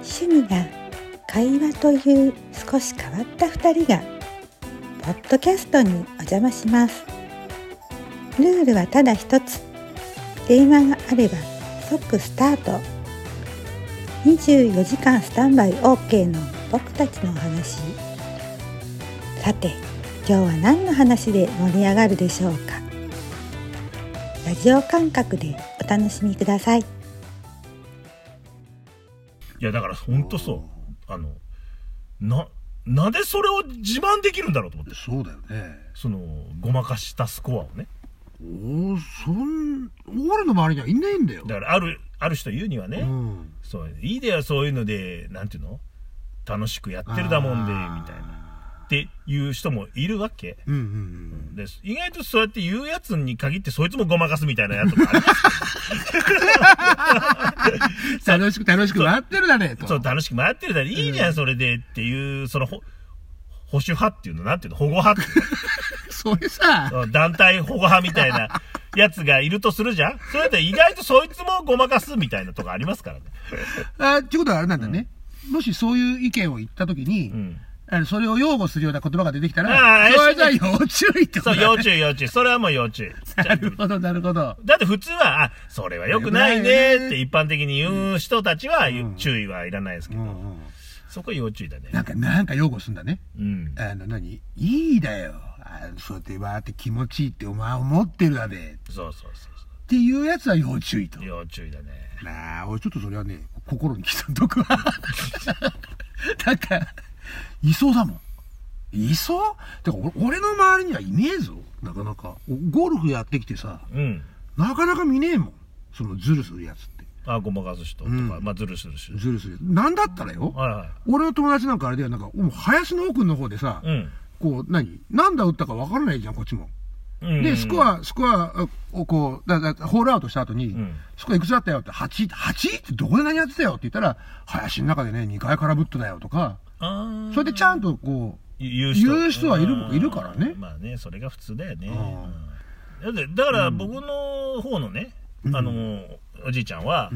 趣味が会話という少し変わった2人がポッドキャストにお邪魔します。ルールはただ一つ。電話があれば即スタート。24時間スタンバイ OK の僕たちのお話。さて、今日は何の話で盛り上がるでしょうか。ラジオ感覚でお楽しみください。 いやだからほんとそうなんでそれを自慢できるんだろうと思って。 そうだよね。 そのごまかしたスコアをね。 俺の周りにはいないんだよ。 だからある人言うにはね、そういいだよそういうのでなんていうの楽しくやってるだもんでみたいなっていう人もいるわけ。で意外とそうやって言うやつに限ってそいつもごまかすみたいなやつもありますけど楽しく回ってるだねと。 そう楽しく回ってるだねいいじゃんそれでっていうその保守派っていうのなんていうの保護派っていうそれさ団体保護派みたいなやつがいるとするじゃん。それで意外とそいつもごまかすみたいなとこありますからね。 ってことはあれなんだね、もしそういう意見を言ったときに、それを擁護するような言葉が出てきたら、それじゃ要注意ってことだね。そう、要注意。それはもう要注意。なるほど。 だって普通は、それは良くないねって一般的に言う人たちは、注意はいらないですけど、そこは要注意だね。 なんか擁護するんだね。いいだよ。そうやってわーって気持ちいいってお前思ってるだね。 そう。 っていうやつは要注意と。 要注意だね。 俺ちょっとそれはね、心に刻んどくわ。なんか、いそうだもん。いそうてか俺の周りにはいねえぞ。なかなか。ゴルフやってきてさ、なかなか見ねえもん。そのズルするやつって。 ごまかす人とか、ズルする人。 ズルする。なんだったらよ。俺の友達なんかあれだよ、もう林の奥の方でさ、こう、なんだ打ったかわからないじゃん、こっちも。で、スコアをこう、ホールアウトした後に、スコアいくつだったよって、8ってどこで何やってたよって言ったら、林の中でね、2回空振ってたよとか、それでちゃんとこう、言う人はいるからね。 まあね、それが普通だよね。だから僕の方のね、おじいちゃんは、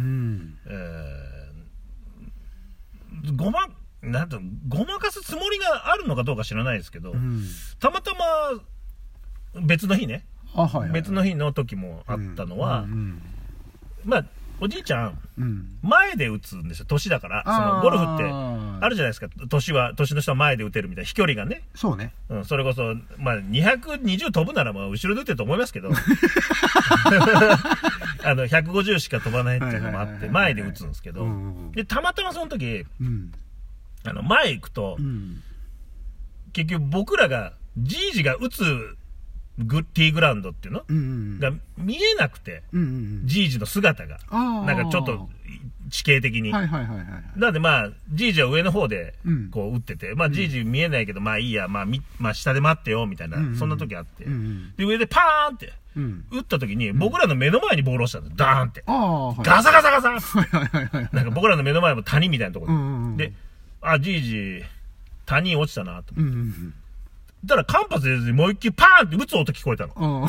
ごまかすつもりがあるのかどうか知らないですけど、たまたま別の日ね、別の日の時もあったのは、まあおじいちゃん、前で打つんですよ。年だから。そのゴルフってあるじゃないですか。年の人は前で打てるみたいな飛距離がね。 そうね。 それこそまあ220飛ぶならまあ後ろで打てると思いますけど、150しか飛ばないっていうのもあって前で打つんですけど、でたまたまその時、前行くと、結局僕らがじいじが打つティーグラウンドっていうの、が見えなくて、じいじの姿がなんかちょっと地形的に、なのでまあじいじは上の方でこう打ってて、まあじいじ見えないけどまあいいや、まあ下で待ってよみたいな、そんな時あって、で上でパーンって打った時に僕らの目の前にボール落ちたんです。ダーンってガサガサガサなんか僕らの目の前も谷みたいなところで、じいじ谷落ちたなと思って、だから間髪入れずにもう一球パーンって打つ音聞こえたの。もう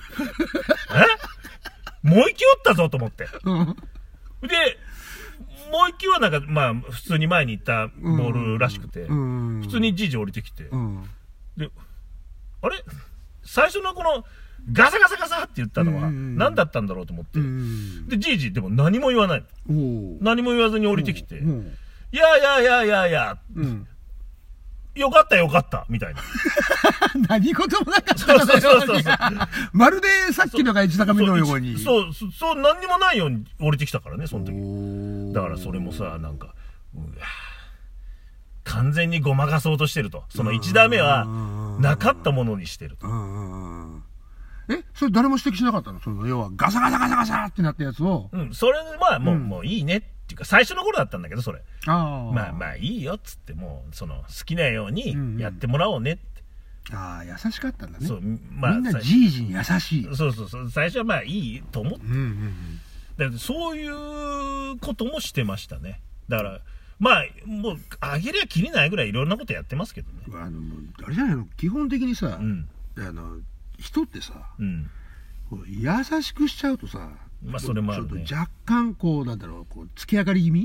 一球打ったぞと思って。で、もう一球はなんか、まあ、普通に前に行ったボールらしくて、普通にじいじ降りてきて、で、あれ最初のこの、ガサガサガサって言ったのは、何だったんだろうと思って。で、じいじでも何も言わない。何も言わずに降りてきて、いや、よかったみたいな。 何事もなかったそうまるでさっきのが一高めのように。 そう、何にもないように降りてきたからね、その時。だからそれもさ、なんか、完全にごまかそうとしてると。その1打目は、なかったものにしてると。 それ誰も指摘しなかったの？その要はガサガサガサガサってなったやつを。 それはもういいねっていうか、最初の頃だったんだけど、それ。まあいいよっつって、もう、好きなようにやってもらおうねって。 優しかったんだね。 そう、 まあ。みんなじいじに優しい。 そう。最初はまあいいと思って。だからそういうこともしてましたね。だから、まあ、もう、あげりゃきりないぐらいいろんなことやってますけどね。 あれじゃないの？基本的にさ、人ってさ、優しくしちゃうとさ、 まあそれもあるね。 ちょっと若干こう突き上がり気味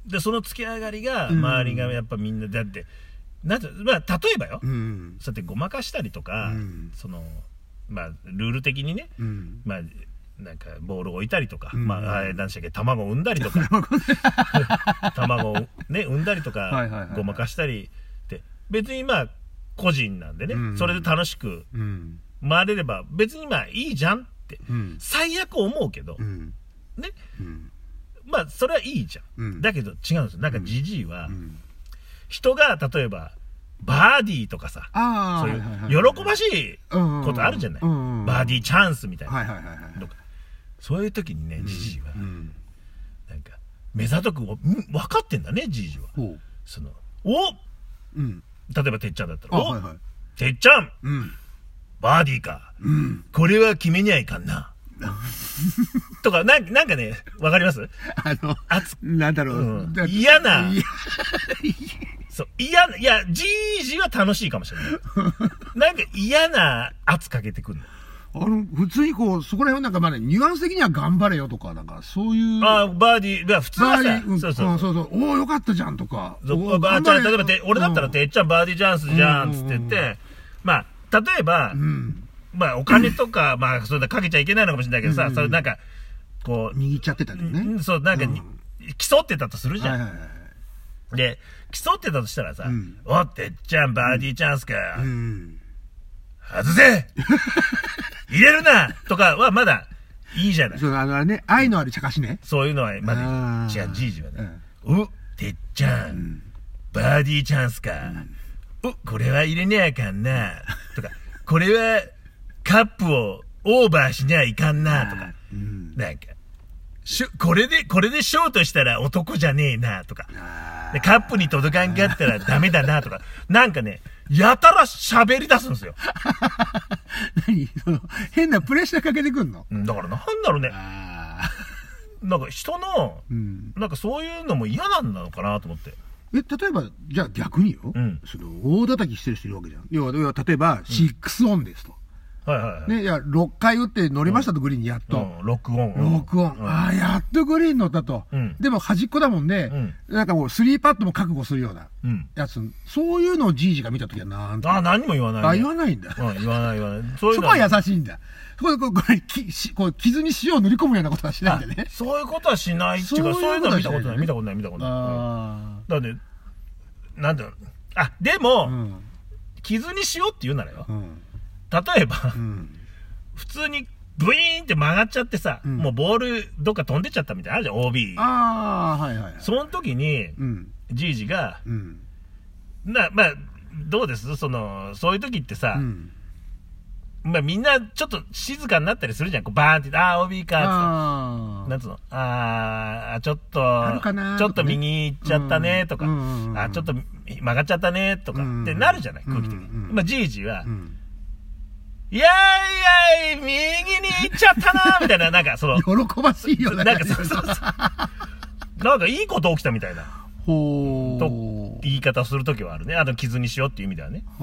で、その付け上がりが、周りがやっぱみんな、だって、まあ、例えばよ、そうやってごまかしたりとか、まあ、ルール的にね、まあ、なんか、ボールを置いたりとか、まあ、何でしたっけ、卵を産んだりとか、卵をね、産んだりとか、ごまかしたりって、別にまあ、個人なんでね、それで楽しく回れれば、別にまあ、いいじゃんって、最悪思うけど、ね、まあ、それはいいじゃん。だけど、違うんですよ。なんか、ジジイは、人が、例えば、バーディーとかさ、そういう喜ばしいことあるじゃない。バーディーチャンスみたいな。そういう時にね、ジジイは、なんか、目ざとく、分かってんだね、ジジイは。その、例えばてっちゃんだったら、てっちゃん、バーディーか。これは決めにゃいかんな。とか、なんかね、わかります？ なんだろう。 嫌な。そう、いや、じいじは楽しいかもしれない。なんか嫌な圧かけてくるの。 普通にこう、そこら辺はなんかまだニュアンス的には頑張れよとか、なんかそういう。 バーディー、普通はさ、 そう。おーよかったじゃんとか。 例えば俺だったらてっちゃんバーディーチャンスじゃんつって言って、まあ、例えば、まあ、お金とか、まあ、それだかけちゃいけないのかもしれないけどさ、それなんか、こう。 握っちゃってたりね。 そう、なんか、競ってたとするじゃん。で、競ってたとしたらさ、おってっちゃんバーディーチャンスか。外せ入れるなとかはまだいいじゃない。 そう、愛のある茶化しね。 そういうのはまだ違う、じいじはね。てっちゃん、バーディーチャンスか。これは入れねやかんな。とか、これはカップをオーバーしにゃいかんな。とか、なんか、これでショートしたら男じゃねえな。とか、カップに届かんかったらダメだな。とか、なんかね、やたら喋り出すんですよ。 何変なプレッシャーかけてくんの？ だからなんだろうね。なんか人の、なんかそういうのも嫌なんだのかなと思って。 例えば、じゃあ逆によ。大叩きしてる人いるわけじゃん。要は、例えば、6オンですと。ね、6回打って乗りましたと、グリーンにやっと。 録音。 やっとグリーン乗ったと。でも端っこだもんね。なんかもう3パットも覚悟するようなやつ。そういうのをじいじが見たときはなんて。 何も言わない。 言わないんだ。 言わない。 そこは優しいんだ。これ、傷に塩を塗り込むようなことはしないんだね。 そういうことはしないっていうか、そういうのは見たことない。だって、なんだろう。でも、傷に塩って言うならよ。例えば、普通にブイーンって曲がっちゃってさ、もうボールどっか飛んでっちゃったみたいなあるじゃん、OB。その時に、じいじが、まあ、どうですそういう時ってさ、まあみんなちょっと静かになったりするじゃん。こうバーンって、OB かって。なんつうのちょっと右行っちゃったねとか、ちょっと曲がっちゃったねとかってなるじゃない、空気的に。まあじいじは、いやい右に行っちゃったなみたいな、なんか喜ばしいよね。 なんかなんかいいこと起きたみたいな。と、言い方をするときはあるね。傷にしようっていう意味ではね。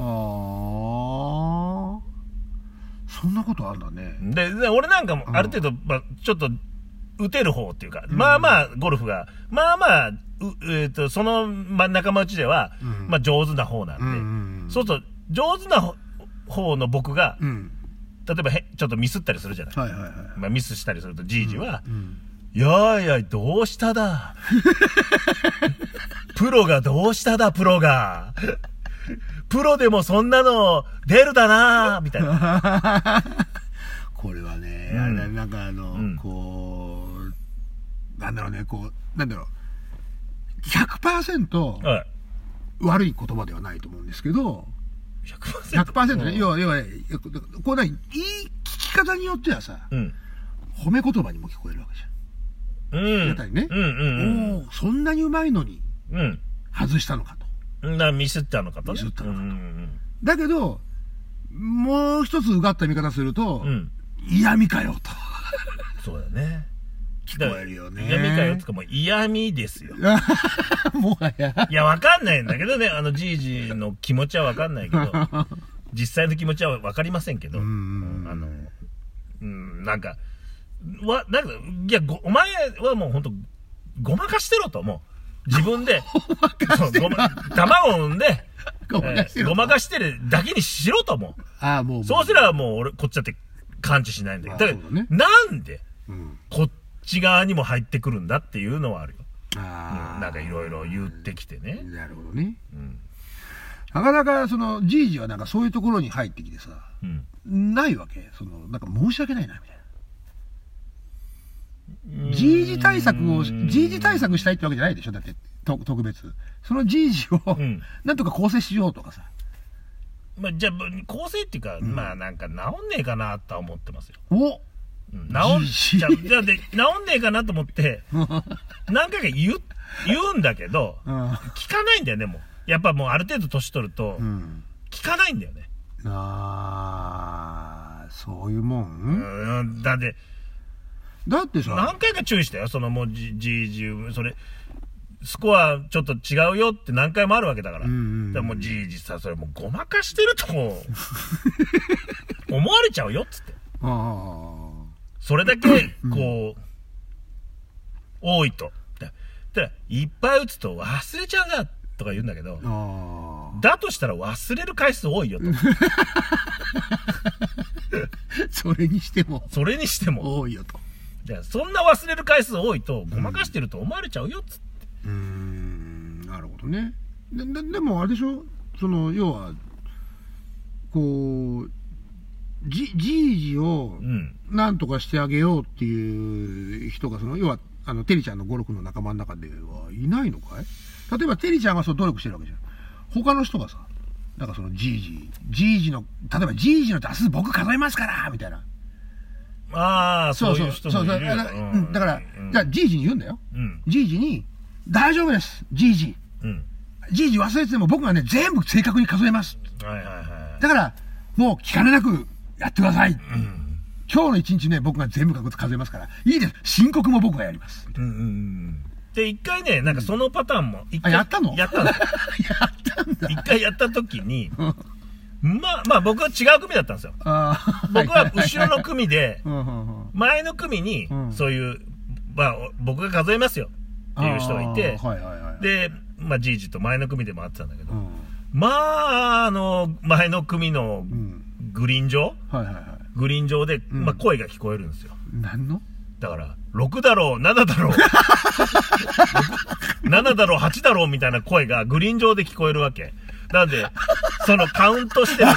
そんなことあるんだね。 で、俺なんかもある程度、ちょっと、打てる方っていうか、まあまあ、ゴルフが、まあまあ、その仲間内では、まあ上手な方なんで、そうすると、上手な方の僕が、例えばちょっとミスったりするじゃない。まあミスしたりすると、じいじは、どうしただプロがどうしただ、プロが。プロでもそんなの出るだなみたいな。 これはね、なんかこう、なんだろうね、100% 悪い言葉ではないと思うんですけど、100% ね、要は、こういい聞き方によってはさ、褒め言葉にも聞こえるわけじゃん。やったりね。そんなにうまいのに、外したのかと。 ミスったのかと。 だけど、もう一つうがった見方すると、嫌味かよと。 そうだね。 聞こえるよね。 嫌味かよとかもう嫌味ですよ。 もはや。 いや、わかんないんだけどね、じいじの気持ちはわかんないけど、実際の気持ちはわかりませんけど、なんか、いや、お前はもう本当ごまかしてろと、もう。 自分で、卵を産んで、ごまかしてるだけにしろと思う。もう。そうすればもうこっちだって感知しないんだけど。だからなんで、こっち側にも入ってくるんだっていうのはあるよ。なんかいろいろ言ってきてね。 なるほどね。なかなかじいじはなんかそういうところに入ってきてさ、ないわけ。なんか申し訳ないな、みたいな。じいじ対策したいってわけじゃないでしょ、だって、特別。そのじいじを、なんとか構成しようとかさ。 じゃあ、構成っていうか、なんか治んねえかなとは思ってますよ。 おじゃあ、治んねえかなと思って、何回か言うんだけど、聞かないんだよね、もう。やっぱもうある程度年取ると、聞かないんだよね。 そういうもん？ だってさ、何回か注意したよ。もうじいじ、スコアちょっと違うよって何回もあるわけだから。でもじいじさ、それもうごまかしてると思われちゃうよっつって。それだけ、多いと。いっぱい打つと忘れちゃうんだとか言うんだけど、だとしたら忘れる回数多いよと。 それにしても多いよと。 そんな忘れる回数多いとごまかしてると思われちゃうよっつって。 なるほどね。でもあれでしょ、要はじいじをなんとかしてあげようっていう人が要はテリちゃんのゴルフの仲間の中ではいないのかい？例えばテリちゃんが努力してるわけじゃん。他の人がさ、なんかじいじの、例えばじいじの打数僕数えますからみたいな。 そういう人もいるよ。 だから、じゃあじいじに言うんだよ。じいじに、大丈夫です、じいじ。じいじ忘れてても僕がね、全部正確に数えます。だから、もう聞かれなくやってください。今日の一日ね、僕が全部数えますから、いいです。申告も僕がやります。 で、一回ね、なんかそのパターンも、 やったの？ やったんだ。一回やった時に、僕は違う組だったんですよ。僕は後ろの組で、前の組に、そういう、僕が数えますよっていう人がいて、で、じいじと前の組で回ってたんだけど、前の組のグリーン上で、声が聞こえるんですよ。 何の？ だから、6だろう、7だろう、7だろう、8だろうみたいな声がグリーン上で聞こえるわけ。なんで、カウントして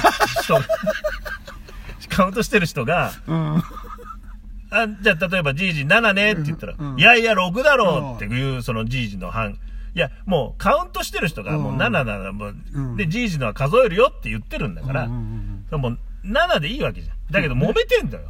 る人が、じゃあ例えばじいじ7ねって言ったら、いやいや6だろうっていう、じいじのいや、もうカウントしてる人がもう7なら、で、じいじのは数えるよって言ってるんだから、もう7でいいわけじゃん。だけど揉めてんだよ。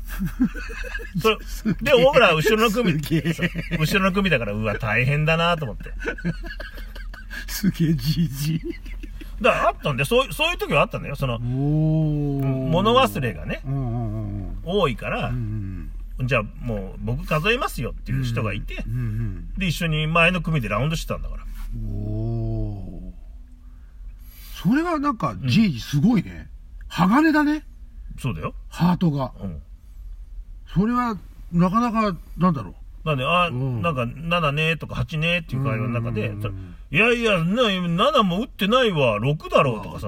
で、僕ら後ろの組だから、うわ、大変だなと思って。 すげえじいじ。 だからあったんで、そういう時はあったんだよ。物忘れがね、多いから、じゃあもう僕数えますよっていう人がいて、で、一緒に前の組でラウンドしてたんだから。 それはなんか、じいじすごいね。鋼だね。 そうだよ。 ハートが。それは、なかなか、なんだろう。 なんで、なんか、7ねとか8ねっていう会話の中で、いやいや、7も打ってないわ、6だろうとかさ。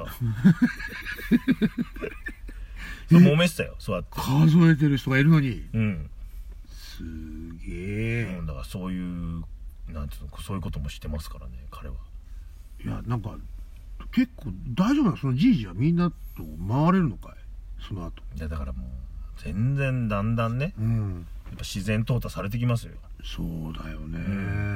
揉めてたよ、そうやって。 数えてる人がいるのに。すげえ。 だからそういう、なんていうの、そういうこともしてますからね、彼は。 いや、なんか、結構大丈夫なの？そのじいじはみんなと回れるのかい？その後。 いや、だからもう、全然だんだんね、やっぱ自然淘汰されてきますよ。 そうだよね。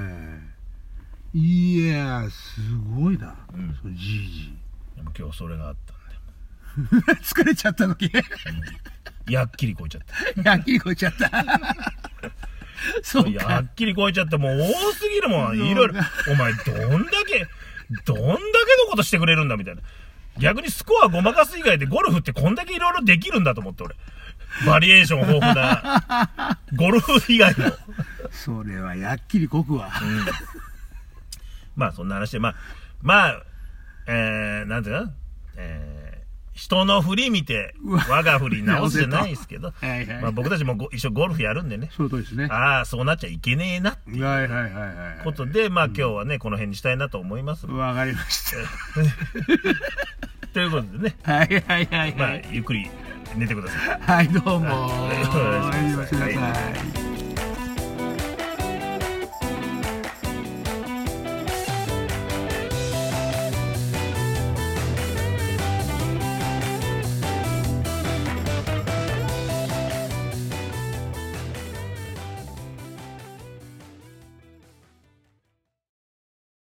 いや、すごいな、そのじいじ。 でも今日それがあったんで。疲れちゃったのに。 やっきり超えちゃった。 やっきり超えちゃった。 そうか。やっきり超えちゃって、もう多すぎるもん。いろいろ。お前、どんだけのことしてくれるんだみたいな。逆にスコアごまかす以外でゴルフってこんだけいろいろできるんだと思って、俺。バリエーション豊富な、ゴルフ以外の。 それはやっきりこくわ。 まあ、そんな話で、なんていうの人の振り見て、我が振り直すじゃないですけど、まあ僕たちも一緒ゴルフやるんでね。 そうですね。 ああ、そうなっちゃいけねえなっていうことで、まあ今日はね、この辺にしたいなと思います。 わかりました。 ということでね。 はいはいはい。 まあ、ゆっくり寝てください。 はい、どうも。おやすみなさい。